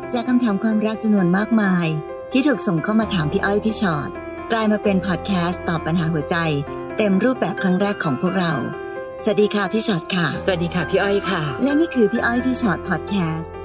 จากคำถามความรักจำนวนมากมายที่ถูกส่งเข้ามาถามพี่อ้อยพี่ชอตกลายมาเป็นพอดแคสต์ตอบปัญหาหัวใจเต็มรูปแบบครั้งแรกของพวกเราสวัสดีค่ะพี่ชอตค่ะสวัสดีค่ะพี่อ้อยค่ะและนี่คือพี่อ้อยพี่ชอตพอดแคสต์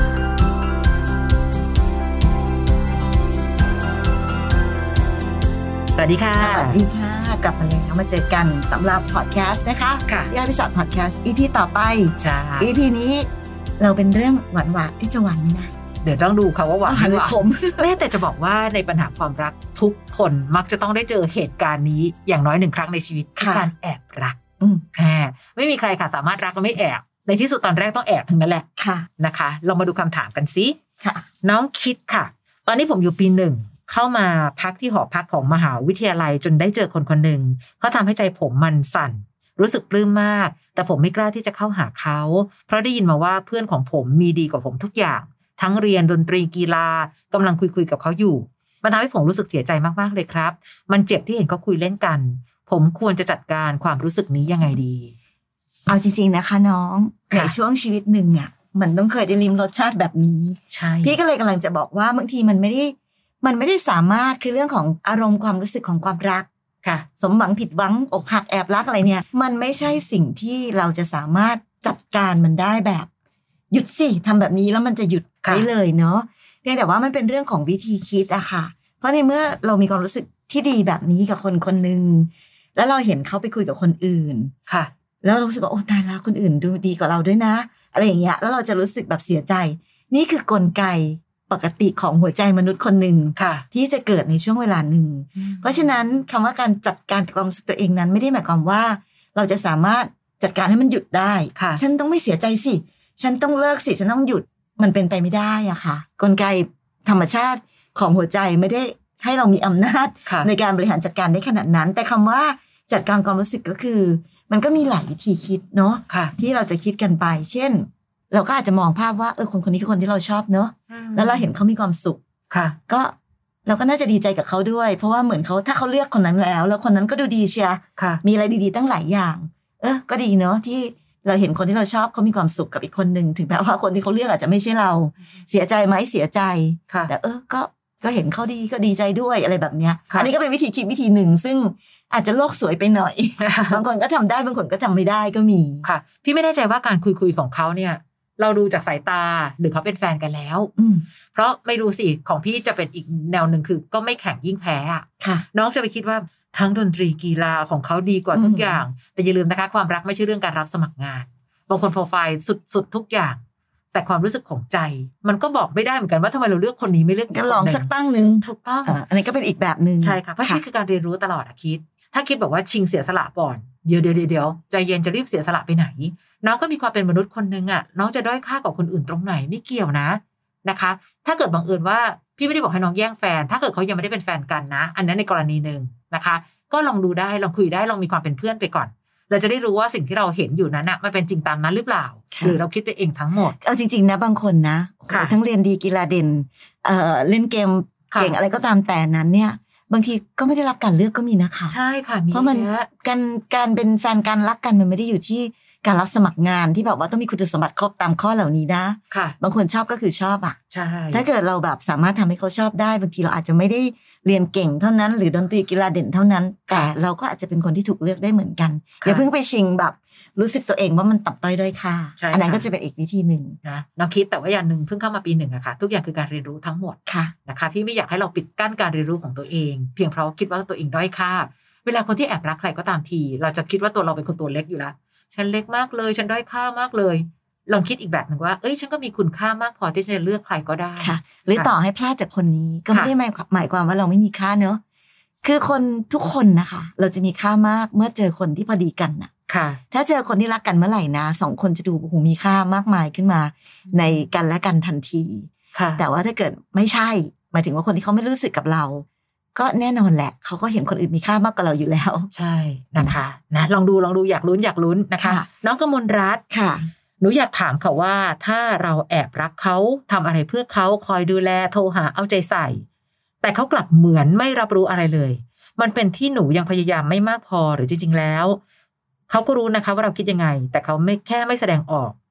สวัสดีค่ะสวัสดีค่ะกลับมาแล้วมาเจอกันสำหรับพอดแคสต์นะคะค่ะพี่อ้อยพี่ชอตพอดแคสต์ EP ต่อไปใช่ EP นี้เราเป็นเรื่องหวานๆที่จะหวานไหมนะเดี๋ยวต้องดูค่ะว่าหวานหรือขมแต่จะบอกว่าในปัญหาความรักทุกคนมักจะต้องได้เจอเหตุการณ์นี้อย่างน้อย1ครั้งในชีวิตคือการแอบรักไม่มีใครค่ะสามารถรักแล้วไม่แอบในที่สุดตอนแรกต้องแอบทั้งนั้นแหละนะคะลองมาดูคำถามกันสิน้องคิดค่ะตอนนี้ผมอยู่ปี 1เข้ามาพักที่หอพักของมหาวิทยาลัยจนได้เจอคนคนหนึ่งเขาทำให้ใจผมมันสั่นรู้สึกปลื้มมากแต่ผมไม่กล้าที่จะเข้าหาเขาเพราะได้ยินมาว่าเพื่อนของผมมีดีกว่าผมทุกอย่างทั้งเรียนดนตรีกีฬากำลังคุยกับเขาอยู่มันทำให้ผมรู้สึกเสียใจมากๆเลยครับมันเจ็บที่เห็นเขาคุยเล่นกันผมควรจะจัดการความรู้สึกนี้ยังไงดีเอาจริงๆนะคะน้องในช่วงชีวิตหนึ่งอ่ะมันต้องเคยได้ลิ้มรสชาติแบบนี้ใช่พี่ก็เลยกำลังจะบอกว่าบางทีมันไม่ได้สามารถคือเรื่องของอารมณ์ความรู้สึกของความรักสมหวังผิดหวังอกหักแอบรักอะไรเนี่ยมันไม่ใช่สิ่งที่เราจะสามารถจัดการมันได้แบบหยุดสิทำแบบนี้แล้วมันจะหยุดได้เลยเนาะเพียงแต่ว่ามันเป็นเรื่องของวิธีคิดอะค่ะเพราะในเมื่อเรามีความรู้สึกที่ดีแบบนี้กับคนคนนึงแล้วเราเห็นเขาไปคุยกับคนอื่นแล้วรู้สึกว่าโอ้ตายแล้วคนอื่นดูดีกว่าเราด้วยนะอะไรอย่างเงี้ยแล้วเราจะรู้สึกแบบเสียใจนี่คือกลไกปกติของหัวใจมนุษย์คนหนึ่งที่จะเกิดในช่วงเวลาหนึ่งเพราะฉะนั้นคำว่าการจัดการกับความรู้สึกตัวเองนั้นไม่ได้หมายความว่าเราจะสามารถจัดการให้มันหยุดได้ฉันต้องไม่เสียใจสิฉันต้องเลิกสิฉันต้องหยุดมันเป็นไปไม่ได้อะค่ะกลไกธรรมชาติของหัวใจไม่ได้ให้เรามีอำนาจในการบริหารจัดการได้ขนาดนั้นแต่คำว่าจัดการความรู้สึกก็คือมันก็มีหลายวิธีคิดเนาะที่เราจะคิดกันไปเช่นเราก็อาจจะมองภาพว่าคนคนนี้คือคนที่เราชอบเนอะแล้วเราเห็นเขามีความสุขก็เราก็น่าจะดีใจกับเขาด้วยเพราะว่าเหมือนเขาถ้าเขาเลือกคนนั้นแล้วคนนั้นก็ดูดีเชียมีอะไรดีๆตั้งหลายอย่างก็ดีเนอะที่เราเห็นคนที่เราชอบเขามีความสุขกับอีกคนนึงถึงแม้ว่าคนที่เขาเลือกอาจจะไม่ใช่เราเสียใจไหมเสียใจแต่ก็เห็นเขาดีก็ดีใจด้วยอะไรแบบเนี้ยอันนี้ก็เป็นวิธีคิดวิธีหนึ่งซึ่งอาจจะโลกสวยไปหน่อย บางคนก็ทำได้บางคนก็ทำไม่ได้ก็มีค่ะพี่ไม่แน่ใจว่าการคุยของเขาเนี่ยเราดูจากสายตาหรือเขาเป็นแฟนกันแล้วเพราะไม่รู้สิของพี่จะเป็นอีกแนวหนึ่งคือก็ไม่แข่งยิ่งแพ้น้องจะไปคิดว่าทั้งดนตรีกีฬาของเขาดีกว่าทุกอย่างแต่อย่าลืมนะคะความรักไม่ใช่เรื่องการรับสมัครงานบางคนโปรไฟล์สุดทุกอย่างแต่ความรู้สึกของใจมันก็บอกไม่ได้เหมือนกันว่าทำไมเราเลือกคนนี้ไม่เลือกก็ลองสักตั้งนึงถูกต้องอันนี้ก็เป็นอีกแบบนึงใช่ค่ะเพราะชีวิตคือการเรียนรู้ตลอดคิดถ้าคิดแบบว่าชิงเสียสละก่อนเดี๋ยวใจเย็นจะรีบเสียสละไปไหนน้องก็มีความเป็นมนุษย์คนนึงอ่ะน้องจะด้อยค่ากว่าคนอื่นตรงไหนไม่เกี่ยวนะคะถ้าเกิดบังเอิญว่าพี่ไม่ได้บอกให้น้องแย่งแฟนถ้าเกิดเขายังไม่ได้เป็นแฟนกันนะอันนั้นในกรณีนึงนะคะก็ลองดูได้ลองคุยได้ลองมีความเป็นเพื่อนไปก่อนเราจะได้รู้ว่าสิ่งที่เราเห็นอยู่นั้นน่ะมันเป็นจริงตามนั้นหรือเปล่าหรือเราคิดไปเองทั้งหมดเอาจริงๆนะบางคนนะทั้งเรียนดีกีฬาเด่นเล่นเกมเก่งอะไรก็ตามแต่นั้นเนี่ยบางทีก็ไม่ได้รับการเลือกก็มีนะคะใช่ค่ะเพราะมันการเป็นแฟนกันรักกันมันไม่ได้อยู่ที่การรับสมัครงานที่แบบว่าต้องมีคุณสมบัติครบตามข้อเหล่านี้นะบางคนชอบก็คือชอบใช่ถ้าเกิดเราแบบสามารถทำให้เขาชอบได้บางทีเราอาจจะไม่ได้เรียนเก่งเท่านั้นหรือดนตรีกีฬาเด่นเท่านั้นแต่เราก็อาจจะเป็นคนที่ถูกเลือกได้เหมือนกันอย่าเพิ่งไปชิงแบบรู้สึกตัวเองว่ามันต่ำต้อยด้อยค่าอันนั้นก็จะเป็นอีกวิธีหนึ่งนะน้องคิดแต่ว่าอย่างหนึ่งเพิ่งเข้ามาปี 1อะค่ะทุกอย่างคือการเรียนรู้ทั้งหมดนะคะพี่ไม่อยากให้เราปิดกั้นการเรียนรู้ของตัวเองเพียงเพราะคิดว่าตัวเองด้อยค่าเวลาคนที่แอบรักใครก็ตามทีเราจะคิดว่าตัวเราเป็นคนตัวเล็กอยู่แล้วฉันเล็กมากเลยฉันด้อยค่ามากเลยลองคิดอีกแบบหนึ่งว่าฉันก็มีคุณค่ามากพอที่จะเลือกใครก็ได้ค่ะหรือต่อให้พลาดจากคนนี้ก็ไม่ได้หมายความว่าเราไม่มีค่าเนอะคือคนทุกคนนะคะเราจะมีค่ามากเมื่อเจอคนที่พอดีกันน่ะถ้าเจอคนที่รักกันเมื่อไหร่นะ2คนจะดูโอ้โหมีค่ามากมายขึ้นมาในกันและกันทันทีแต่ว่าถ้าเกิดไม่ใช่หมายถึงว่าคนที่เขาไม่รู้สึกกับเราก็แน่นอนแหละเขาก็เห็นคนอื่นมีค่ามากกว่าเราอยู่แล้วใช่นะคะนะลองดูอยากลุ้นนะคะน้องกมลรัตน์ค่ะหนูอยากถามค่ะว่าถ้าเราแอบรักเขาทำอะไรเพื่อเขาคอยดูแลโทรหาเอาใจใส่แต่เขากลับเหมือนไม่รับรู้อะไรเลยมันเป็นที่หนูยังพยายามไม่มากพอหรือจริงๆแล้วเขาก็รู้นะคะว่าเราคิดยังไงแต่เขาไม่แสดงออก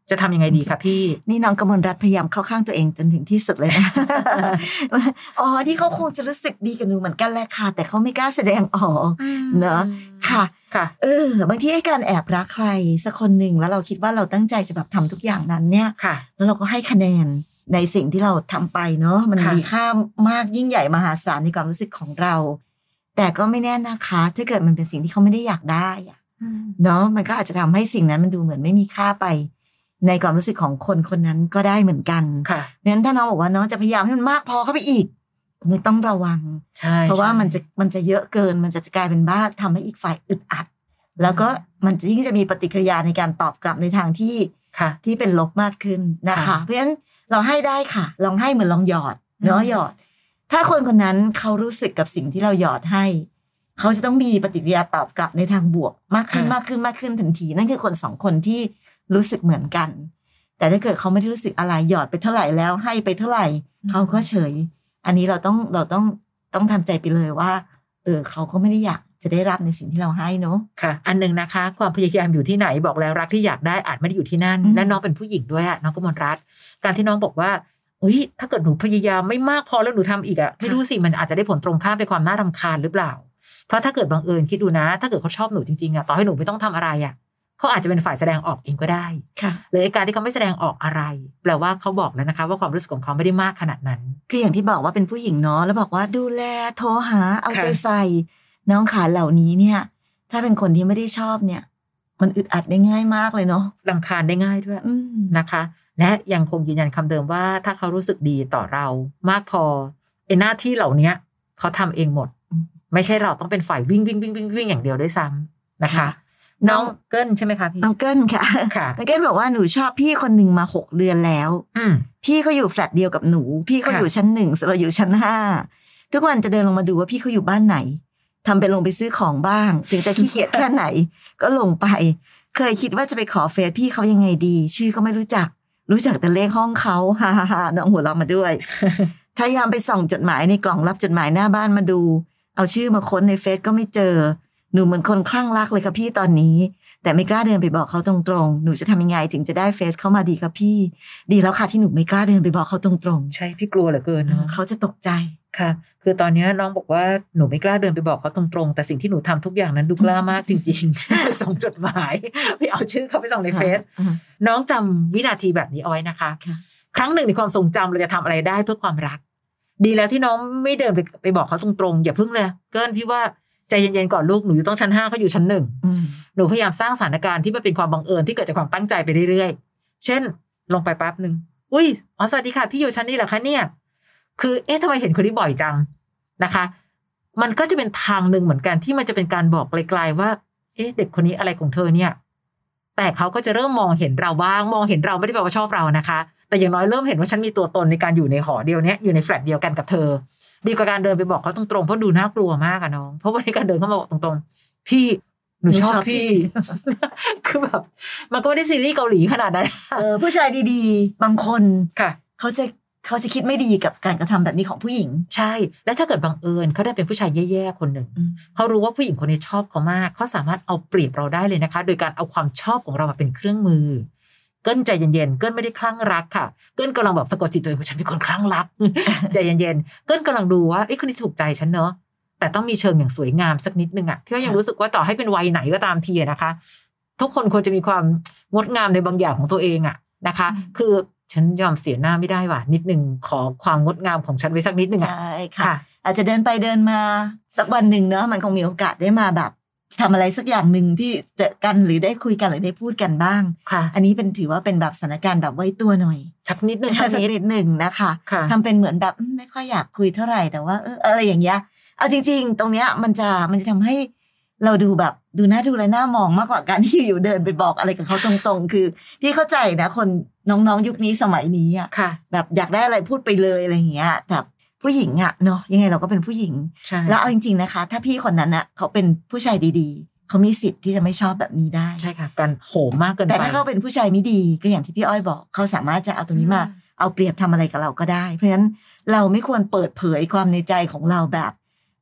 จะทำยังไงดีคะพี่นี่น้องกมลรัตน์พยายามเข้าข้างตัวเองจนถึงที่สุดเลยนะ อ๋อที่เขาคงจะรู้สึกดีกับหนูเหมือนกันแหละค่ะแต่เขาไม่กล้าแสดงออกเนาะค่ะบางทีไอ้การแอบรักใครสักคนหนึ่งแล้วเราคิดว่าเราตั้งใจจะแบบทำทุกอย่างนั้นเนี่ยแล้วเราก็ให้คะแนนในสิ่งที่เราทำไปเนาะมันมีค่ามากยิ่งใหญ่มหาศาลในความรู้สึกของเราแต่ก็ไม่แน่นะคะถ้าเกิดมันเป็นสิ่งที่เขาไม่ได้อยากได้เนาะมันก็อาจจะทำให้สิ่งนั้นมันดูเหมือนไม่มีค่าไปในความรู้สึกของคนคนนั้นก็ได้เหมือนกันเพราะฉะนั้นถ้าน้องบอกว่าน้องจะพยายามให้มันมากพอเข้าไปอีกมันต้องระวังเพราะว่ามันจะเยอะเกินมันจะกลายเป็นบ้าทำให้อีกฝ่ายอึดอัดแล้วก็มันยิ่งจะมีปฏิกิริยาในการตอบกลับในทางที่เป็นลบมากขึ้นนะคะเพราะฉะนั้นเราให้ได้ค่ะลองให้เหมือนลองหยอดเนาะหยอดถ้าคนคนนั้นเขารู้สึกกับสิ่งที่เราหยอดให้เขาจะต้องมีปฏิกิริยาตอบกลับในทางบวกมากขึ้นทันทีนั่นคือคนสองคนที่รู้สึกเหมือนกันแต่ถ้าเกิดเขาไม่ได้รู้สึกอะไรหยอดไปเท่าไหร่แล้วให้ไปเท่าไหร่เขาก็เฉยอันนี้เราต้องทำใจไปเลยว่าเขาก็ไม่ได้อยากจะได้รับในสิ่งที่เราให้เนาะค่ะอันนึงนะคะความพยายามอยู่ที่ไหนบอกแล้วรักที่อยากได้อาจไม่ได้อยู่ที่นั่นและน้องเป็นผู้หญิงด้วยน้องกมลรัตน์การที่น้องบอกว่าถ้าเกิดหนูพยายามไม่มากพอแล้วหนูทำอีกไม่รู้สิมันอาจจะได้ผลตรงข้ามเป็นความน่ารำคาญหรือเปล่าเพราะถ้าเกิดบังเอิญคิดดูนะถ้าเกิดเขาชอบหนูจริงๆต่อให้หนูไม่ต้องทำอะไรเขาอาจจะเป็นฝ่ายแสดงออกเองก็ได้หรือการที่เขาไม่แสดงออกอะไรแปลว่าเขาบอกแล้วนะคะว่าความรู้สึกของเขาไม่ได้มากขนาดนั้นคืออย่างที่บอกว่าเป็นผู้หญิงเนาะแล้วบอกว่าดูแลโทรหาเอาใจใส่น้องขาเหล่านี้เนี่ยถ้าเป็นคนที่ไม่ได้ชอบเนี่ยมันอึดอัดได้ง่ายมากเลยเนาะรำคาญได้ง่ายด้วยนะคะและยังคงยืนยันคำเดิมว่าถ้าเขารู้สึกดีต่อเรามากพอไอ้หน้าที่เหล่านี้เขาทำเองหมดไม่ใช่เราต้องเป็นฝ่ายวิ่งอย่างเดียวด้วยซ้ำนะคะน้องเกิลใช่ไหมคะพี่น้องเกิลค่ะน้องเกิลบอกว่าหนูชอบพี่คนหนึ่งมา6 เดือนแล้วพี่เขาอยู่แฟลตเดียวกับหนูพี่เขาอยู่ชั้น1เราอยู่ชั้น5ทุกวันจะเดินลงมาดูว่าพี่เขาอยู่บ้านไหนทำไปลงไปซื้อของบ้างถึงจะขี้เกียจแค่ไหนก็ลงไปเคยคิดว่าจะไปขอเฟซพี่เขายังไงดีชื่อก็ไม่รู้จักแต่เลขห้องเขาฮ่าน้องหัวเราะมาด้วยพยายามไปส่องจดหมายในกล่องรับจดหมายหน้าบ้านมาดูเอาชื่อมาค้นในเฟซก็ไม่เจอหนูเหมือนคนคลั่งรักเลยค่ะพี่ตอนนี้แต่ไม่กล้าเดินไปบอกเขาตรงๆหนูจะทำยังไงถึงจะได้เฟซเข้ามาดีครับพี่ดีแล้วค่ะที่หนูไม่กล้าเดินไปบอกเขาตรงๆใช่พี่กลัวเหลือเกินเนาะเขาจะตกใจค่ะคือตอนนี้น้องบอกว่าหนูไม่กล้าเดินไปบอกเขาตรงๆแต่สิ่งที่หนูทำทุกอย่างนั้นดูกล้ามากจริงๆไปส่งจดหมายไปเอาชื่อเขาไปส่งในเฟซน้องจำวินาทีแบบนี้เอาไว้นะคะครั้งหนึ่งในความทรงจำเราจะทำอะไรได้เพื่อความรักดีแล้วที่น้องไม่เดินไปบอกเขาตรงๆอย่าพึ่งเลยเกินพี่ว่าใจเย็นๆก่อนลูกหนูอยู่ต้องชั้น5เขาอยู่ชั้น1หนูพยายามสร้างสถานการณ์ที่มันเป็นความบังเอิญที่เกิดจากความตั้งใจไปเรื่อยๆเช่นลงไปแป๊บนึงสวัสดีค่ะพี่อยู่ชั้นนี้เหรอคะเนี่ยคือทำไมเห็นคนนี้บ่อยจังนะคะมันก็จะเป็นทางหนึ่งเหมือนกันที่มันจะเป็นการบอกไกลๆว่าเด็กคนนี้อะไรของเธอเนี่ยแต่เขาก็จะเริ่มมองเห็นเราบ้างมองเห็นเราไม่ได้แปลว่าชอบเรานะคะแต่อย่างน้อยเริ่มเห็นว่าฉันมีตัวตนในการอยู่ในหอเดียวนี้อยู่ในแฟลตเดียวกันกับเธอดีกว่าการเดินไปบอกเขาตรงๆเพราะดูน่ากลัวมากอะน้องเพราะว่าในการเดินเข้ามาบอกตรงๆพี่หนูชอบพี่ คือแบบมันก็ไม่ได้ซีรีส์เกาหลีขนาดนั้นผู้ชายดีๆบางคนค่ะเขาจะคิดไม่ดีกับการกระทำแบบนี้ของผู้หญิงใช่และถ้าเกิดบังเอิญเขาได้เป็นผู้ชายแย่ๆคนหนึ่งเขารู้ว่าผู้หญิงคนนี้ชอบเขามากเขาสามารถเอาเปรียบเราได้เลยนะคะโดยการเอาความชอบของเรามาเป็นเครื่องมือเกิ้ลใจเย็นๆเกิ้ลไม่ได้คลั่งรักค่ะเกิ้ลกำลังแบบสะกดจิตตัวเองว่าฉันเป็นคนคลั่งรัก ใจเย็นๆเกิ้ลกำลังดูว่าคนนี้ถูกใจฉันเนอะแต่ต้องมีเชิงอย่างสวยงามสักนิดนึงอ่ะพี่ก็ยังรู้สึกว่าต่อให้เป็นวัยไหนก็ตามทีนะคะทุกคนควรจะมีความงดงามในบางอย่างของตัวเองอ่ะนะคะคือฉันยอมเสียหน้าไม่ได้ว่ะนิดนึงขอความงดงามของฉันไว้สักนิดนึงอ่ะใช่ค่ะอาจจะเดินไปเดินมาสักวันหนึ่งเนอะมันคงมีโอกาสได้มาแบบทำอะไรสักอย่างหนึ่งที่เจอกันหรือได้คุยกันหรือได้พูดกันบ้างอันนี้เป็นถือว่าเป็นแบบสถานการณ์แบบไว้ตัวหน่อยสักนิดนึงสักนิดหนึ่งนะคะทำเป็นเหมือนแบบไม่ค่อยอยากคุยเท่าไหร่แต่ว่าอะไรอย่างเงี้ยเอาจริงๆตรงเนี้ยมันจะทำให้เราดูแบบดูน่าดูและน่ามองมากกว่าการที่อยู่เดินไปบอกอะไรกับเขาตรงๆคือพี่เข้าใจนะคนน้องๆยุคนี้สมัยนี้อ่ะแบบอยากได้อะไรพูดไปเลยอะไรอย่างเงี้ยแต่ผู้หญิงอ่ะเนาะยังไงเราก็เป็นผู้หญิงแล้วเอาจริงๆนะคะถ้าพี่คนนั้นอ่ะเขาเป็นผู้ชายดีๆเขามีสิทธิ์ที่จะไม่ชอบแบบนี้ได้ใช่ค่ะการโหมมากเกินไปแต่ถ้าเขาเป็นผู้ชายไม่ดีก็อย่างที่พี่อ้อยบอกเขาสามารถจะเอาตรงนี้มาเอาเปรียบทำอะไรกับเราก็ได้เพราะฉะนั้นเราไม่ควรเปิดเผยความในใจของเราแบบ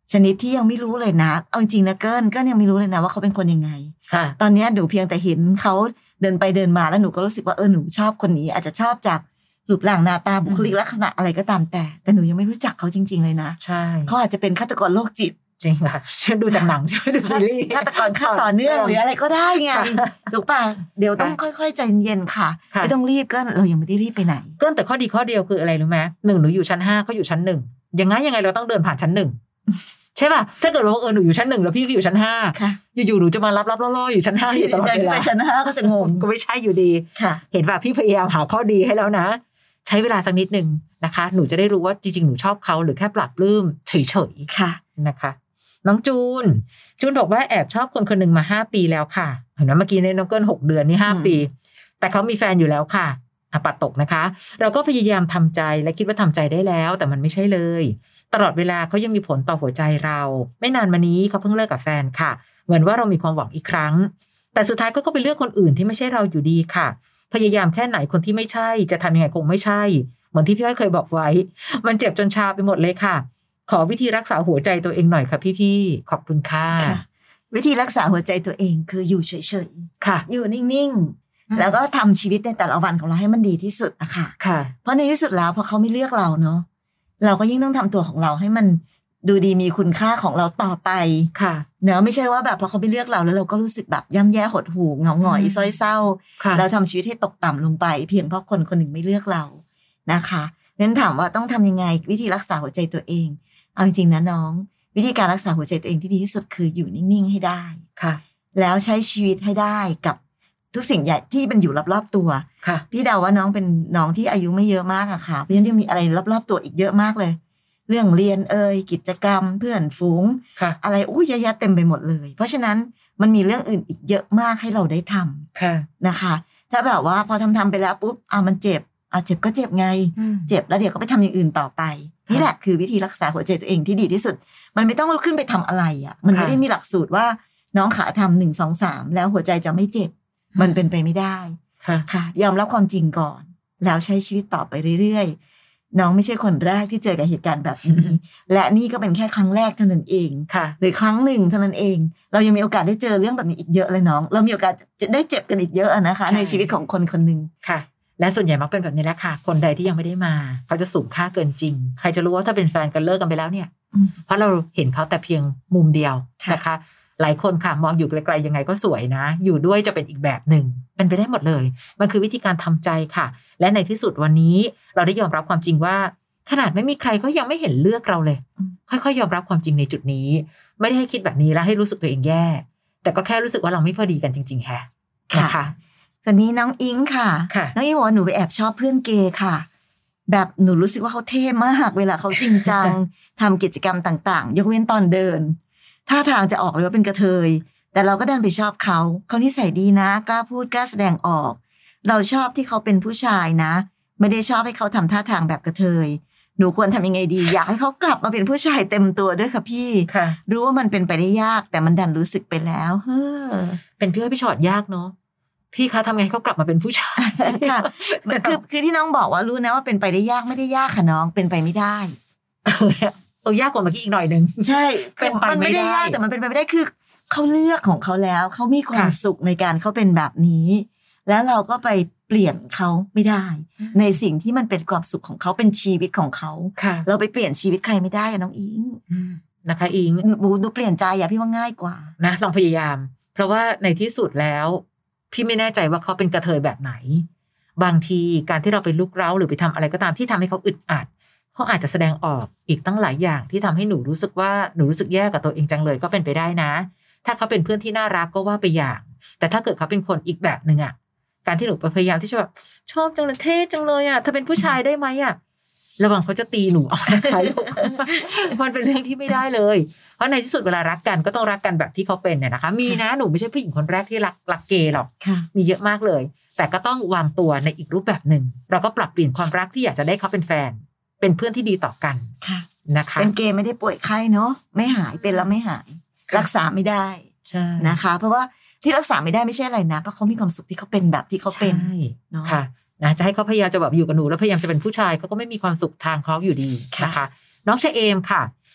ชนิดที่ยังไม่รู้เลยนะเอาจริงนะเกิ้ลยังไม่รู้เลยนะว่าเขาเป็นคนยังไงตอนนี้หนูเพียงแต่เห็นเขาเดินไปเดินมาแล้วหนูก็รู้สึกว่าหนูชอบคนนี้อาจจะชอบจากรูปร่างหน้าตาบุคลิกลักษณะอะไรก็ตามแต่หนูยังไม่รู้จักเขาจริงๆเลยนะใช่เขาอาจจะเป็นฆาตกรโรคจิตจริงค่ะฉันดูจากหนังฉันดูซีรีส์ฆาตกรฆ่าต่อเนื่องหรืออะไรก็ได้ไงถูกป่ะเดี๋ยวต้องค่อยๆใจเย็นค่ะไม่ต้องรีบก็เรายังไม่ได้รีบไปไหนก็แต่ข้อดีข้อเดียวคืออะไรรู้ไหม1หนูอยู่ชั้น5เขาอยู่ชั้น1ยังไงเราต้องเดินผ่านชั้น1ใช่ป่ะถ้าเกิดว่าหนูอยู่ชั้น1แล้วพี่ก็อยู่ชั้น5อยู่ๆหนูจะมารับล่ออยู่ชั้น5อยู่ตลอดเวลาชั้น5ก็จะงงก็ไม่ใช่อยู่ดีเห็นป่ะพี่พยายามหาข้อดีให้แล้วนะใช้เวลาสักนิดนึงนะคะหนูจะได้รู้ว่าจริงๆหนูชอบเขาหรือแค่ปรับปลื้มเฉยๆค่ะนะคะน้องจูนบอกว่าแอบชอบคนหนึ่งมา5 ปีแล้วค่ะเห็นไหมเมื่อกี้ในน้องเกิ้ล6 เดือนนี่5 ปีแต่เขามีแฟนอยู่แล้วค่ะปัดตกนะคะเราก็พยายามทำใจและคิดว่าทำใจได้แล้วแต่มันไม่ใช่เลยตลอดเวลาเขายังมีผลต่อหัวใจเราไม่นานมานี้เขาเพิ่งเลิกกับแฟนค่ะเหมือนว่าเรามีความหวังอีกครั้งแต่สุดท้ายก็ไปเลือกคนอื่นที่ไม่ใช่เราอยู่ดีค่ะพยายามแค่ไหนคนที่ไม่ใช่จะทำยังไงคงไม่ใช่เหมือนที่พี่อ้อยเคยบอกไว้มันเจ็บจนชาไปหมดเลยค่ะขอวิธีรักษาหัวใจตัวเองหน่อยค่ะพี่ขอบคุณค่ะวิธีรักษาหัวใจตัวเองคืออยู่เฉยๆค่ะอยู่นิ่งๆแล้วก็ทำชีวิตในแต่ละวันของเราให้มันดีที่สุดนะคะเพราะในที่สุดแล้วพอเขาไม่เลือกเราเนาะเราก็ยิ่งต้องทำตัวของเราให้มันดูดีมีคุณค่าของเราต่อไปเนอะไม่ใช่ว่าแบบพอเขาไม่เลือกเราแล้วเราก็รู้สึกแบบย่ำแย่หดหู่เหงาหงอยซ้อยเศร้าเราทำชีวิตให้ตกต่ำลงไปเพียงเพราะคนคนหนึ่งไม่เลือกเรานะคะงั้นถามว่าต้องทำยังไงวิธีรักษาหัวใจตัวเองเอาจริงๆนะน้องวิธีการรักษาหัวใจตัวเองที่ดีที่สุดคืออยู่นิ่งๆให้ได้แล้วใช้ชีวิตให้ได้กับทุกสิ่งอย่างที่มันอยู่รอบๆตัวพี่เดาว่าน้องเป็นน้องที่อายุไม่เยอะมากอะค่ะเพราะฉะนั้นยังมีอะไรรอบๆตัวอีกเยอะมากเลยเรื่องเรียนกิจกรรมเพื่อนฝูงอะไรเยอะแยะเต็มไปหมดเลยเพราะฉะนั้นมันมีเรื่องอื่นอีกเยอะมากให้เราได้ทำนะคะถ้าแบบว่าพอทำไปแล้วปุ๊บมันเจ็บเจ็บก็เจ็บไงเจ็บแล้วเดี๋ยวก็ไปทำอย่างอื่นต่อไปนี่แหละคือวิธีรักษาหัวใจตัวเองที่ดีที่สุดมันไม่ต้องขึ้นไปทำอะไรอ่ะมันไม่ได้มีหลักสูตรว่าน้องขาทำ1 2 3แล้วหัวใจจะไม่เจ็บมันเป็นไปไม่ได้ค่ะยอมรับความจริงก่อนแล้วใช้ชีวิตต่อไปเรื่อยๆน้องไม่ใช่คนแรกที่เจอกับเหตุการณ์แบบนี้และนี่ก็เป็นแค่ครั้งแรกเท่านั้นเองหรือครั้งหนึ่งเท่านั้นเองเรายังมีโอกาสได้เจอเรื่องแบบนี้อีกเยอะเลยน้องเรามีโอกาสจะได้เจ็บกันอีกเยอะนะคะในชีวิตของคนคนหนึ่งค่ะและส่วนใหญ่มักเป็นแบบนี้แหละค่ะคนใดที่ยังไม่ได้มาเขาจะสูงค่าเกินจริงใครจะรู้ว่าถ้าเป็นแฟนกันเลิกกันไปแล้วเนี่ยเพราะเราเห็นเขาแต่เพียงมุมเดียวนะคะหลายคนค่ะมองอยู่ไกลๆยังไงก็สวยนะอยู่ด้วยจะเป็นอีกแบบหนึ่งเป็นไปได้หมดเลยมันคือวิธีการทำใจค่ะและในที่สุดวันนี้เราได้ยอมรับความจริงว่าขนาดไม่มีใครก็ยังไม่เห็นเลือกเราเลยค่อยๆยอมรับความจริงในจุดนี้ไม่ได้ให้คิดแบบนี้แล้วให้รู้สึกตัวเองแย่แต่ก็แค่รู้สึกว่าเราไม่พอดีกันจริงๆแฮะนะคะตอนนี้น้องอิงค่ะน้องอิงบอกว่าหนูไปแอบชอบเพื่อนเกย์ค่ะแบบหนูรู้สึกว่าเขาเท่มากเวลาเขาจริงจัง ทำกิจกรรมต่างๆยกเว้นตอนเดินท่าทางจะออกเลยว่าเป็นกระเทยแต่เราก็ดันไปชอบเขานิสัยดีนะกล้าพูดกล้าแสดงออกเราชอบที่เขาเป็นผู้ชายนะไม่ได้ชอบให้เขาทำท่าทางแบบกระเทยหนูควรทำยังไงดีอยากให้เขากลับมาเป็นผู้ชายเต็มตัวด้วยค่ะพี่รู้ว่ามันเป็นไปได้ยากแต่มันดันรู้สึกไปแล้วเป็นพี่ให้พี่ชอดยากเนาะพี่คะทำไงเขากลับมาเป็นผู้ชายค่ะคือที่น้องบอกว่ารู้นะว่าเป็นไปได้ยากไม่ได้ยากค่ะน้องเป็นไปไม่ได้ยากกว่าเมื่อกี้อีกหน่อยนึงใช่มันไม่ได้ยากแต่มันเป็นไปไม่ได้คือเขาเลือกของเขาแล้วเขามีความสุขในการเขาเป็นแบบนี้แล้วเราก็ไปเปลี่ยนเขาไม่ได้ในสิ่งที่มันเป็นความสุขของเขาเป็นชีวิตของเขาเราไปเปลี่ยนชีวิตใครไม่ได้น้องอิงนะคะอิงดูเปลี่ยนใจพี่ว่าง่ายกว่านะลองพยายามเพราะว่าในที่สุดแล้วพี่ไม่แน่ใจว่าเขาเป็นกระเทยแบบไหนบางทีการที่เราไปลุกเร้าหรือไปทำอะไรก็ตามที่ทำให้เขาอึดอัดเขาอาจจะแสดงออกอีกตั้งหลายอย่างที่ทำให้หนูรู้สึกว่าหนูรู้สึกแย่กับตัวเองจังเลยก็เป็นไปได้นะถ้าเขาเป็นเพื่อนที่น่ารักก็ว่าไปอย่างแต่ถ้าเกิดเขาเป็นคนอีกแบบนึงการที่หนูพยายามที่จะแบบชอบจังเลยเท่จังเลยถ้าเป็นผู้ชายได้ไหมระวังเขาจะตีหนูเอานะคะมันเป็นเรื่องที่ไม่ได้เลยเพราะในที่สุดเวลารักกันก็ต้องรักกันแบบที่เขาเป็นเนี่ยนะคะมีนะหนูไม่ใช่ผู้หญิงคนแรกที่รักเกย์หรอกมีเยอะมากเลยแต่ก็ต้องวางตัวในอีกรูปแบบหนึ่งเราก็ปรับเปลี่ยนความรักที่อยากจะได้เขาเป็นแฟนเป็นเพื่อนที่ดีต่อกันนะคะเป็นเกย์ไม่ได้ป่วยไข้เนาะไม่หายเป็นแล้วไม่หายรักษาไม่ได้นะคะเพราะว่าที่รักษาไม่ได้ไม่ใช่อะไรนะเพราะเขามีความสุขที่เขาเป็นแบบที่เขาเป็นเนาะนะจะให้เขาพยายามจะแบบอยู่กับหนูแล้วพยายามจะเป็นผู้ชายเขาก็ไม่มีความสุขทางเขาอยู่ดีนะคะน้องชะเอมค่ะ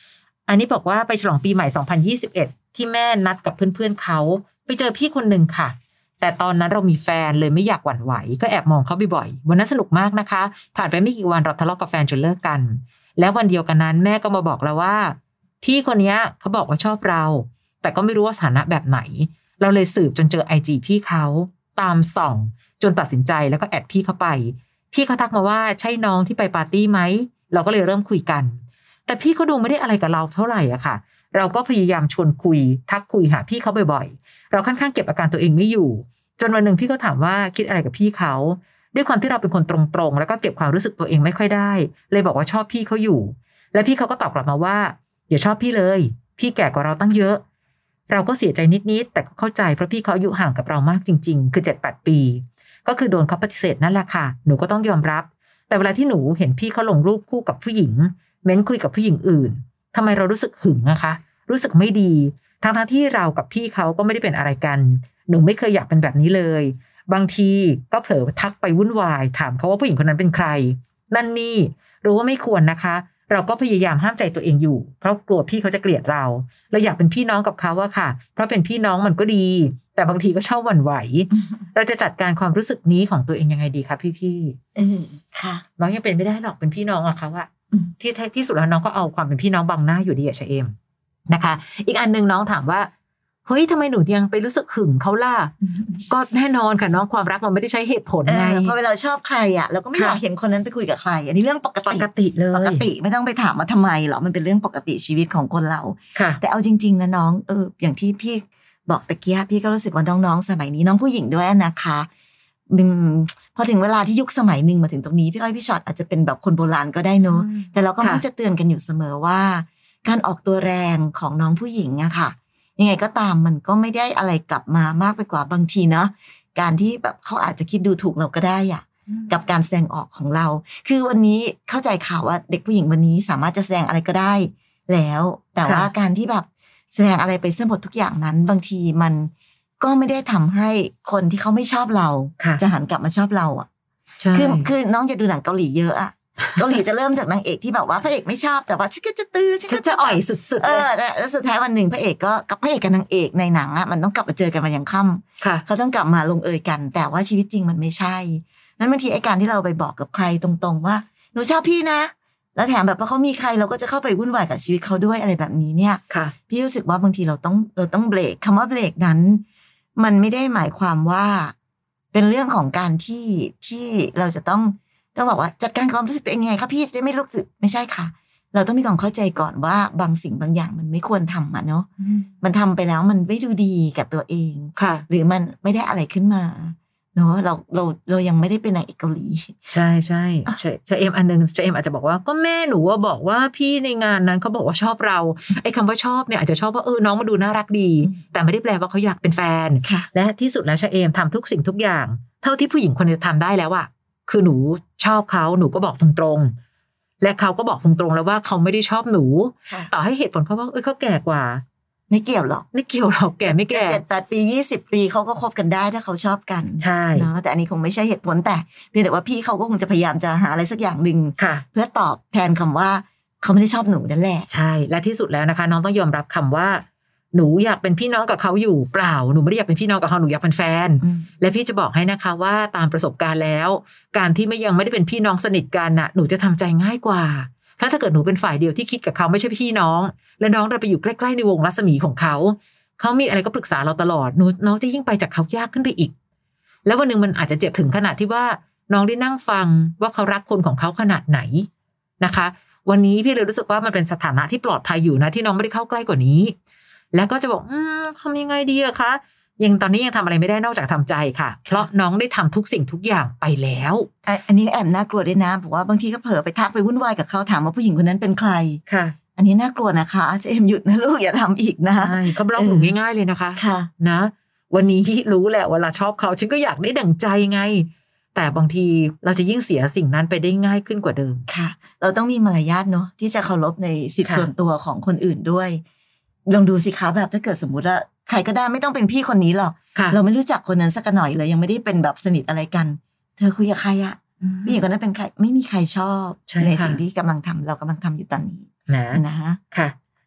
อันนี้บอกว่าไปฉลองปีใหม่2021ที่แม่นัดกับเพื่อนๆเขาไปเจอพี่คนหนึ่งค่ะแต่ตอนนั้นเรามีแฟนเลยไม่อยากหวั่นไหวก็แอบมองเขาบ่อยๆวันนั้นสนุกมากนะคะผ่านไปไม่กี่วันเราทะเลาะกับแฟนจนเลิกกันแล้ววันเดียวกันนั้นแม่ก็มาบอกเราว่าพี่คนนี้เขาบอกว่าชอบเราแต่ก็ไม่รู้ว่าสถานะแบบไหนเราเลยสืบจนเจอ IG พี่เขาตามส่องจนตัดสินใจแล้วก็แอดพี่เขาไปพี่เขาทักมาว่าใช่น้องที่ไปปาร์ตี้ไหมเราก็เลยเริ่มคุยกันแต่พี่เขาดูไม่ได้อะไรกับเราเท่าไหร่อะค่ะเราก็พยายามชวนคุยทักคุยหาพี่เขาบ่อยๆเราค่อนข้างเก็บอาการตัวเองไม่อยู่จนวันหนึ่งพี่ก็ถามว่าคิดอะไรกับพี่เขาด้วยความที่เราเป็นคนตรงๆแล้วก็เก็บความรู้สึกตัวเองไม่ค่อยได้เลยบอกว่าชอบพี่เขาอยู่และพี่เขาก็ตอบกลับมาว่าอย่าชอบพี่เลยพี่แก่กว่าเราตั้งเยอะเราก็เสียใจนิดๆแต่ก็เข้าใจเพราะพี่เขาอายุห่างกับเรามากจริงๆคือ 7-8 ปีก็คือโดนเขาปฏิเสธนั่นแหละค่ะหนูก็ต้องยอมรับแต่เวลาที่หนูเห็นพี่เขาลงรูปคู่กับผู้หญิงเม้นคุยกับผู้หญิงอื่นทำไมเรารู้สึกหึงนะคะรู้สึกไม่ดีทั้งที่เรากับพี่เขาก็ไม่ได้เป็นอะไรกันหนูไม่เคยอยากเป็นแบบนี้เลยบางทีก็เผลอทักไปวุ่นวายถามเขาว่าผู้หญิงคนนั้นเป็นใครนั่นนี่รู้ว่าไม่ควรนะคะเราก็พยายามห้ามใจตัวเองอยู่เพราะกลัวพี่เขาจะเกลียดเราอยากเป็นพี่น้องกับเขาอะค่ะเพราะเป็นพี่น้องมันก็ดีแต่บางทีก็ชอบหวั่นไหว เราจะจัดการความรู้สึกนี้ของตัวเองยังไงดีคะพี่ค่ะบางยังเป็นไม่ได้หรอกเป็นพี่น้องอะเขาอะที่แท้ที่สุดแล้วน้องก็เอาความเป็นพี่น้องบังหน้าอยู่ดีอะชะเอมนะคะอีกอันนึงน้องถามว่าเฮ้ยทำไมหนูยังไปรู้สึกหึงเขาล่ะก็แน่นอนค่ะน้องความรักมันไม่ได้ใช้เหตุผลไงพอเวลาชอบใครอ่ะเราก็ไม่อยากเห็นคนนั้นไปคุยกับใครอันนี้เรื่องปกติเลยปกติไม่ต้องไปถามว่าทำไมหรอกมันเป็นเรื่องปกติชีวิตของคนเราแต่เอาจริงๆนะน้องอย่างที่พี่บอกตะเกียพี่ก็รู้สึกว่าน้องๆสมัยนี้น้องผู้หญิงด้วยนะคะพอถึงเวลาที่ยุคสมัยหนึ่งมาถึงตรงนี้พี่อ้อยพี่ช็อตอาจจะเป็นแบบคนโบราณก็ได้เนอะแต่เราก็มักจะเตือนกันอยู่เสมอว่าการออกตัวแรงของน้องผู้หญิงอะค่ะยังไงก็ตามมันก็ไม่ได้อะไรกลับมามากไปกว่าบางทีเนาะการที่แบบเขาอาจจะคิดดูถูกเราก็ได้อะกับการแสดงออกของเราคือวันนี้เข้าใจข่าวว่าเด็กผู้หญิงวันนี้สามารถจะแสดงอะไรก็ได้แล้วแต่ว่าการที่แบบแสดงอะไรไปเส้นหมดทุกอย่างนั้นบางทีมันก็ไม่ได้ทำให้คนที่เขาไม่ชอบเราจะหันกลับมาชอบเราอ่ะคือน้องจะดูหนังเกาหลีเยอะอ่ะเกาหลีจะเริ่มจากนางเอกที่แบบว่าพระเอกไม่ชอบแต่ว่าฉันก็จะตื้อฉันก็จะอ่อยสุดๆเลยแล้วสุดท้ายวันหนึ่งพระเอกก็กับพระเอกกับนางเอกในหนังอ่ะมันต้องกลับมาเจอกันวันยังค่ำเขาต้องกลับมาลงเอยกันแต่ว่าชีวิตจริงมันไม่ใช่นั้นบางทีไอ้การที่เราไปบอกกับใครตรงๆว่าหนูชอบพี่นะแล้วแถมแบบว่าเขามีใครเราก็จะเข้าไปวุ่นวายกับชีวิตเขาด้วยอะไรแบบนี้เนี่ยพี่รู้สึกว่าบางทีเราต้องเบรกคำว่าเบรกนั้นมันไม่ได้หมายความว่าเป็นเรื่องของการที่เราจะต้องบอกว่าจัดการความรู้สึกตัวเองยังไงคะพี่จะได้ไม่รู้สึกไม่ใช่ค่ะเราต้องมีความเข้าใจก่อนว่าบางสิ่งบางอย่างมันไม่ควรทำเนาะมันทำไปแล้วมันไม่ดูดีกับตัวเองหรือมันไม่ได้อะไรขึ้นมาเนาะเรายังไม่ได้เป็นนางเอกเกาหลีใช่ใช่เอ็มอันนึงเอ็มอาจจะบอกว่าก็แม่หนูว่าบอกว่าพี่ในงานนั้นเขาบอกว่าชอบเราไอ้คำว่าชอบเนี่ยอาจจะชอบว่าน้องมาดูน่ารักดีแต่ไม่ได้แปลว่าเขาอยากเป็นแฟนและที่สุดแล้วเอ็มทำทุกสิ่งทุกอย่างเท่าที่ผู้หญิงคนจะทำได้แล้วอะคือหนูชอบเขาหนูก็บอกตรงๆและเขาก็บอกตรงๆแล้วว่าเขาไม่ได้ชอบหนูต่อให้เหตุผลเขาว่าเขาแก่กว่าไม่เกี่ยวหรอกแก่ไม่แก่ 7-8 ปี20 ปีเขาก็คบกันได้ถ้าเขาชอบกันใช่เนาะแต่อันนี้คงไม่ใช่เหตุผลแต่เพียงแต่ว่าพี่เขาก็คงจะพยายามจะหาอะไรสักอย่างนึงเพื่อตอบแทนคำว่าเขาไม่ได้ชอบหนูนั่นแหละใช่และที่สุดแล้วนะคะน้องต้องยอมรับคำว่าหนูอยากเป็นพี่น้องกับเขาอยู่เปล่าหนูไม่ได้อยากเป็นพี่น้องกับเขาหนูอยากเป็นแฟนและพี่จะบอกให้นะคะว่าตามประสบการณ์แล้วการที่ยังไม่ได้เป็นพี่น้องสนิทกันน่ะหนูจะทำใจง่ายกว่าถ้าเกิดหนูเป็นฝ่ายเดียวที่คิดกับเขาไม่ใช่พี่น้องและน้องเราไปอยู่ใกล้ๆในวงรัศมีของเขามีอะไรก็ปรึกษาเราตลอดน้องจะยิ่งไปจากเขายากขึ้นไปอีกแล้ววันนึงมันอาจจะเจ็บถึงขนาดที่ว่าน้องได้นั่งฟังว่าเขารักคนของเขาขนาดไหนนะคะวันนี้พี่เลยรู้สึกว่ามันเป็นสถานะที่ปลอดภัยอยู่นะที่น้องไม่ได้เข้าใกล้กว่านี้แล้วก็จะบอกทำยังไงดีอะคะยังตอนนี้ยังทำอะไรไม่ได้นอกจากทำใจค่ะเพราะน้องได้ทำทุกสิ่งทุกอย่างไปแล้วอันนี้แอบน่ากลัวด้วยนะบอกว่าบางทีก็เผลอไปทักไปวุ่นวายกับเขาถามว่าผู้หญิงคนนั้นเป็นใครค่ะอันนี้น่ากลัวนะคะเอ็มหยุดนะลูกอย่าทำอีกนะใช่เขาบล็อกหนูง่ายๆเลยนะคะค่ะนะวันนี้รู้แหละเวลาชอบเขาฉันก็อยากได้ดั่งใจไงแต่บางทีเราจะยิ่งเสียสิ่งนั้นไปได้ง่ายขึ้นกว่าเดิมค่ะเราต้องมีมารยาทเนาะที่จะเคารพในสิทธิส่วนตัวของคนอื่นด้วยลองดูสิคะแบบถ้าเกิดสมมุติว่าใครก็ได้ไม่ต้องเป็นพี่คนนี้หรอกเราไม่รู้จักคนนั้นสักหน่อยเลยยังไม่ได้เป็นแบบสนิทอะไรกันเธอคุยกับใครอะผู้หญิงคนนั้นเป็นใครไม่มีใครชอบในสิ่งที่กำลังทำเรากำลังทำอยู่ตอนนี้นะนะค่ะ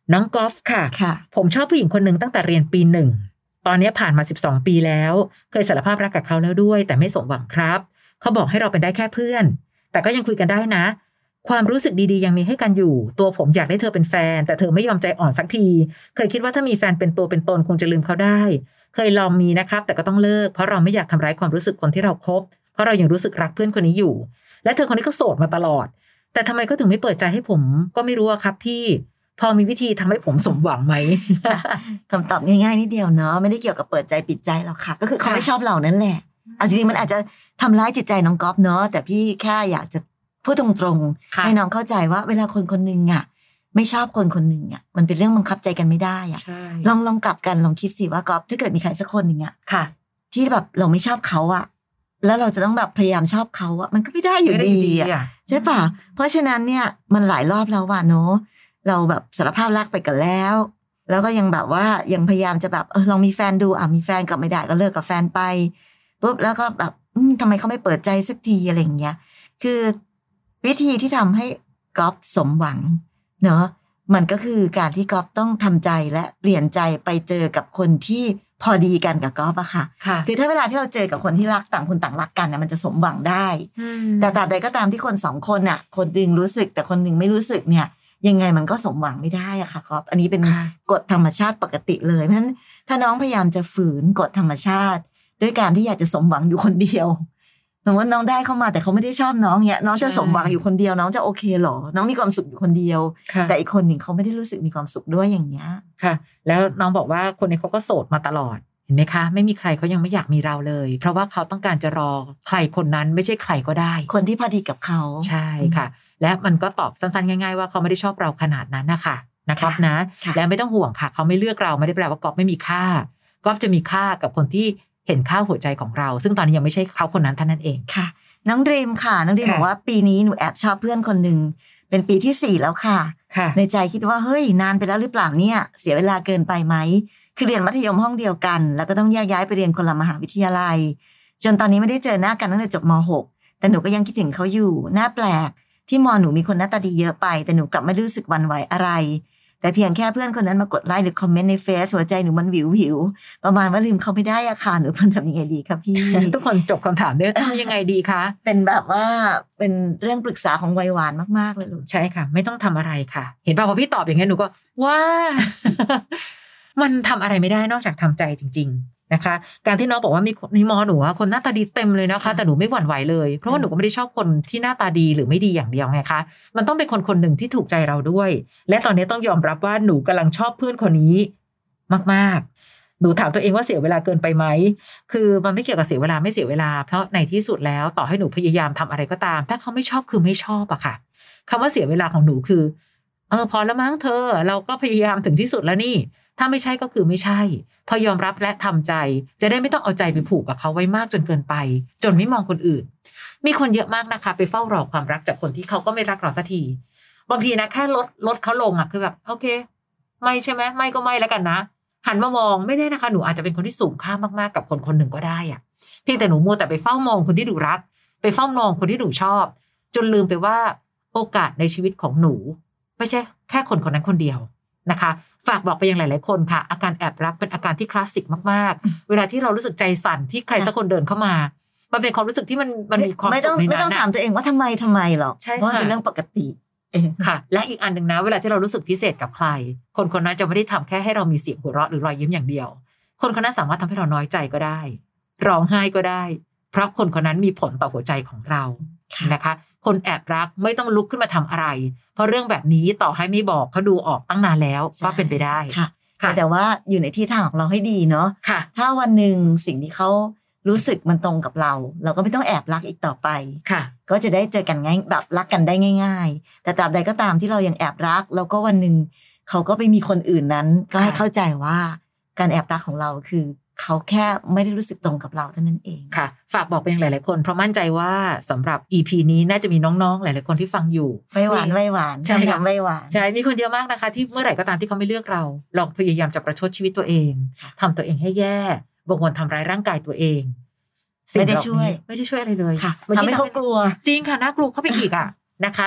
น้องกอล์ฟค่ะผมชอบผู้หญิงคนหนึ่งตั้งแต่เรียนปี 1ตอนนี้ผ่านมา12 ปีแล้วเคยสารภาพรักกับเขาแล้วด้วยแต่ไม่สมหวังครับเขาบอกให้เราเป็นได้แค่เพื่อนแต่ก็ยังคุยกันได้นะความรู้สึกดีๆยังมีให้กันอยู่ตัวผมอยากได้เธอเป็นแฟนแต่เธอไม่ยอมใจอ่อนสักทีเคยคิดว่าถ้ามีแฟนเป็นตัวเป็นตนคงจะลืมเขาได้เคยลองมีนะครับแต่ก็ต้องเลิกเพราะเราไม่อยากทำร้ายความรู้สึกคนที่เราคบเพราะเรายังรู้สึกรักเพื่อนคนนี้อยู่และเธอคนนี้ก็โสดมาตลอดแต่ทำไมก็ถึงไม่เปิดใจให้ผมก็ไม่รู้อะครับพี่พอมีวิธีทำให้ผมสมหวังไหมคำตอบง่ายๆนิดเดียวเนาะไม่ได้เกี่ยวกับเปิดใจปิดใจหรอกค่ะก็คือเขาไม่ชอบเรานั่นแหละเอาจริงๆมันอาจจะทำร้ายจิตใจน้องก๊อฟเนาะแต่พี่แค่อยากจะพูดตรงๆให้น้องเข้าใจว่าเวลาคนคนหนึ่งอ่ะไม่ชอบคนคนหนึ่งอ่ะมันเป็นเรื่องบังคับใจกันไม่ได้อ่ะลองกลับกันลองคิดสิว่าก๊อฟถ้าเกิดมีใครสักคนหนึ่งอ่ะที่แบบเราไม่ชอบเขาอ่ะแล้วเราจะต้องแบบพยายามชอบเขาอ่ะมันก็ไม่ได้อยู่ดีอ่ะใช่ป่ะเพราะฉะนั้นเนี่ยมันหลายรอบแล้วว่ะเนาะเราแบบสารภาพรักไปกันแล้วก็ยังแบบว่ายังพยายามจะแบบลองมีแฟนดูมีแฟนก็ไม่ได้ก็เลิกกับแฟนไปปุ๊บแล้วก็แบบทำไมเขาไม่เปิดใจสักทีอะไรอย่างเงี้ยคือวิธีที่ทำให้ก๊อฟสมหวังเนาะมันก็คือการที่ก๊อฟต้องทำใจและเปลี่ยนใจไปเจอกับคนที่พอดีกันกับก๊อฟอะค่ะคือถ้าเวลาที่เราเจอกับคนที่รักต่างคนต่างรักกันนะมันจะสมหวังได้แต่ตราบใดก็ตามที่คน2คนอะคนนึงรู้สึกแต่คนนึงไม่รู้สึกเนี่ยยังไงมันก็สมหวังไม่ได้อะค่ะก๊อฟอันนี้เป็นกฎธรรมชาติปกติเลยเพราะฉะนั้นถ้าน้องพยายามจะฝืนกฎธรรมชาติด้วยการที่อยากจะสมหวังอยู่คนเดียวสมมติน้องได้เข้ามาแต่เขาไม่ได้ชอบน้องเนี่ยน้องจะสมหวังอยู่คนเดียวน้องจะโอเคหรอน้องมีความสุขอยู่คนเดียวแต่อีกคนหนึ่งเขาไม่ได้รู้สึกมีความสุขด้วยอย่างเงี้ยค่ะแล้วน้องบอกว่าคนนี้เขาก็โสดมาตลอดเห็นไหมคะไม่มีใครเขายังไม่อยากมีเราเลยเพราะว่าเขาต้องการจะรอใครคนนั้นไม่ใช่ใครก็ได้คนที่พอดีกับเขาใช่ค่ะและมันก็ตอบสั้นๆง่ายๆว่าเขาไม่ได้ชอบเราขนาดนั้นนะครับนะและไม่ต้องห่วงค่ะเขาไม่เลือกเราไม่ได้แปลว่าก๊อฟไม่มีค่าก๊อฟจะมีค่ากับคนที่เห็นค่าหัวใจของเราซึ่งตอนนี้ยังไม่ใช่เขาคนนั้นเท่านั้นเองค่ะน้องดรีมค่ะน้องดรีมบอกว่าปีนี้หนูแอบชอบเพื่อนคนหนึ่งเป็นปีที่4แล้วค่ะในใจคิดว่าเฮ้ยนานไปแล้วหรือเปล่าเนี่ยเสียเวลาเกินไปไหมคือเรียนมัธยมห้องเดียวกันแล้วก็ต้องแยกย้ายไปเรียนคนละมหาวิทยาลัยจนตอนนี้ไม่ได้เจอหน้ากันตั้งแต่จบม.6 แต่หนูก็ยังคิดถึงเขาอยู่น่าแปลกที่ม.หนูมีคนหน้าตาดีเยอะไปแต่หนูกลับไม่รู้สึกหวั่นไหวอะไรแต่เพียงแค่เพื่อนคนนั้นมากดไลค์หรือคอมเมนต์ในเฟซหัวใจหนูมันวิวประมาณว่าลืมเขาไม่ได้อะค่ะหนูควรทำยังไงดีคะพี่ทุกคนจบคำถามด้วยทำยังไงดีคะเป็นแบบว่าเป็นเรื่องปรึกษาของวัยหวานมากๆเลยลูกใช่ค่ะไม่ต้องทำอะไรค่ะเห็นป่ะพอพี่ตอบอย่างงี้หนูก็ว้า มันทำอะไรไม่ได้นอกจากทำใจจริงๆนะคะการที่น้องบอกว่ามีมอหนูคนหน้าตาดีเต็มเลยนะคะแต่หนูไม่หวั่นไหวเลยเพราะว่าหนูก็ไม่ได้ชอบคนที่หน้าตาดีหรือไม่ดีอย่างเดียวไงคะมันต้องเป็นคนคนหนึ่งที่ถูกใจเราด้วยและตอนนี้ต้องยอมรับว่าหนูกำลังชอบเพื่อนคนนี้มากๆหนูถามตัวเองว่าเสียเวลาเกินไปไหมคือมันไม่เกี่ยวกับเสียเวลาไม่เสียเวลาเพราะในที่สุดแล้วต่อให้หนูพยายามทำอะไรก็ตามถ้าเขาไม่ชอบคือไม่ชอบอะค่ะคำว่าเสียเวลาของหนูคือพอแล้วมั้งเธอเราก็พยายามถึงที่สุดแล้วนี่ถ้าไม่ใช่ก็คือไม่ใช่พอยอมรับและทำใจจะได้ไม่ต้องเอาใจไปผูกกับเขาไว้มากจนเกินไปจนไม่มองคนอื่นมีคนเยอะมากนะคะไปเฝ้ารอความรักจากคนที่เขาก็ไม่รักเราสักทีบางทีนะแค่ลดเขาลงอ่ะคือแบบโอเคไม่ใช่ไหมไม่ก็ไม่แล้วกันนะหันมามองไม่แน่นะคะหนูอาจจะเป็นคนที่สูงค่ามากๆกับคนคนหนึ่งก็ได้อ่ะเพียงแต่หนูมัวแต่ไปเฝ้ามองคนที่หนูรักไปเฝ้ามองคนที่หนูชอบจนลืมไปว่าโอกาสในชีวิตของหนูไม่ใช่แค่คนคนนั้นคนเดียวนะคะฝากบอกไปยังหลายๆคนค่ะอาการแอบรักเป็นอาการที่คลาสสิกมากๆเวลาที่เรารู้สึกใจสั่นที่ใครสักคนเดินเข้ามามันเป็นความรู้สึกที่มันมีความสุขในนั้นไม่ต้องถามตัวเองว่าทำไมหรอกเพราะเป็นเรื่องปกติค่ะและอีกอันหนึ่งนะเวลาที่เรารู้สึกพิเศษกับใครคนคนนั้นจะไม่ได้ทำแค่ให้เรามีเสียงหัวเราะหรือรอยยิ้มอย่างเดียวคนคนนั้นสามารถทำให้เราน้อยใจก็ได้ร้องไห้ก็ได้เพราะคนคนนั้นมีผลต่อหัวใจของเรานะคะคนแอบรักไม่ต้องลุกขึ้นมาทำอะไรเพราะเรื่องแบบนี้ต่อให้ไม่บอกเขาดูออกตั้งนานแล้วก็เป็นไปได้ค่ะแต่ว่าอยู่ในที่ทางของเราให้ดีเนาะถ้าวันหนึ่งสิ่งที่เขารู้สึกมันตรงกับเราก็ไม่ต้องแอบรักอีกต่อไปก็จะได้เจอกันง่ายแบบรักกันได้ง่ายๆแต่ตราบใดก็ตามที่เรายังแอบรักแล้วก็วันหนึ่งเขาก็ไปมีคนอื่นนั้นก็ให้เข้าใจว่าการแอบรักของเราคือเขาแค่ไม่ได้รู้สึกตรงกับเราเท่านั้นเองค่ะฝากบอกไปยังหลายๆคนเพราะมั่นใจว่าสำหรับ EP นี้น่าจะมีน้องๆหลายๆคนที่ฟังอยู่ไม่หวานใช่ค่ะไม่หวานใช่มีคนเดียวมากนะคะที่เมื่อไหร่ก็ตามที่เขาไม่เลือกเราลองพยายามจะประชดชีวิตตัวเองทำตัวเองให้แย่บางคนทำร้ายร่างกายตัวเองไม่ได้ช่วยอะไรเลยทำให้เขากลัวจริงค่ะน่ากลัวเข้าไปอีกอ่ะนะคะ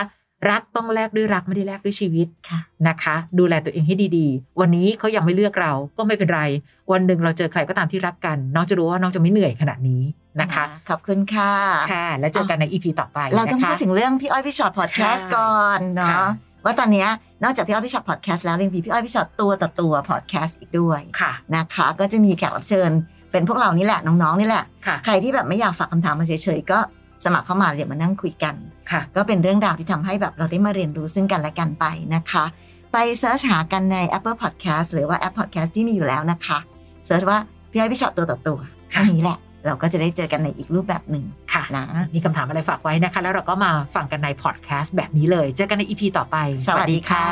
รักต้องแลกด้วยรักไม่ได้แลกด้วยชีวิตนะคะดูแลตัวเองให้ดีๆวันนี้เขายังไม่เลือกเราก็ไม่เป็นไรวันหนึ่งเราเจอใครก็ตามที่รักกันน้องจะรู้ว่าน้องจะไม่เหนื่อยขนาดนี้นะคะขอบคุณค่ะค่ะแล้วเจอกันใน EP ต่อไปเราต้องพูดถึงเรื่องพี่อ้อยพี่ชอตพอดแคสต์ก่อนเนาะว่าตอนนี้นอกจากพี่อ้อยพี่ชอตพอดแคสต์แล้วยังมีพี่อ้อยพี่ชอตตัวต่อตัวพอดแคสต์อีกด้วยนะคะก็จะมีแขกรับเชิญเป็นพวกเรานี่แหละน้องๆนี่แหละใครที่แบบไม่อยากฝากคำถามมาเฉยๆก็สมัครเข้ามาเดี๋ยวมานั่งคุยกันก็เป็นเรื่องราวที่ทำให้แบบเราได้มาเรียนรู้ซึ่งกันและกันไปนะคะไปเสิร์ชหากันใน Apple Podcast หรือว่าแอป Podcast ที่มีอยู่แล้วนะคะเสิร์ชว่าพี่อ้อยพี่ชอตตัวต่อตัวแค่นี้แหละเราก็จะได้เจอกันในอีกรูปแบบหนึ่งค่ะนะมีคำถามอะไรฝากไว้นะคะแล้วเราก็มาฟังกันในพอดแคสต์แบบนี้เลยเจอกันใน EP ต่อไปสวัสดีค่ะ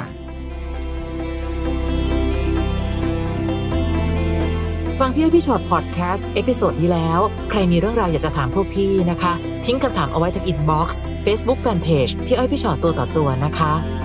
ฟังพี่อ้อยพี่ชอตพอดแคสต์เอพิโซดนี้แล้วใครมีเรื่องราวอยากจะถามพวกพี่นะคะทิ้งคำถามเอาไว้ที่อินบ็อกซ์ Facebook Fanpage พี่อ้อยพี่ชอตตัวต่อตัวนะคะ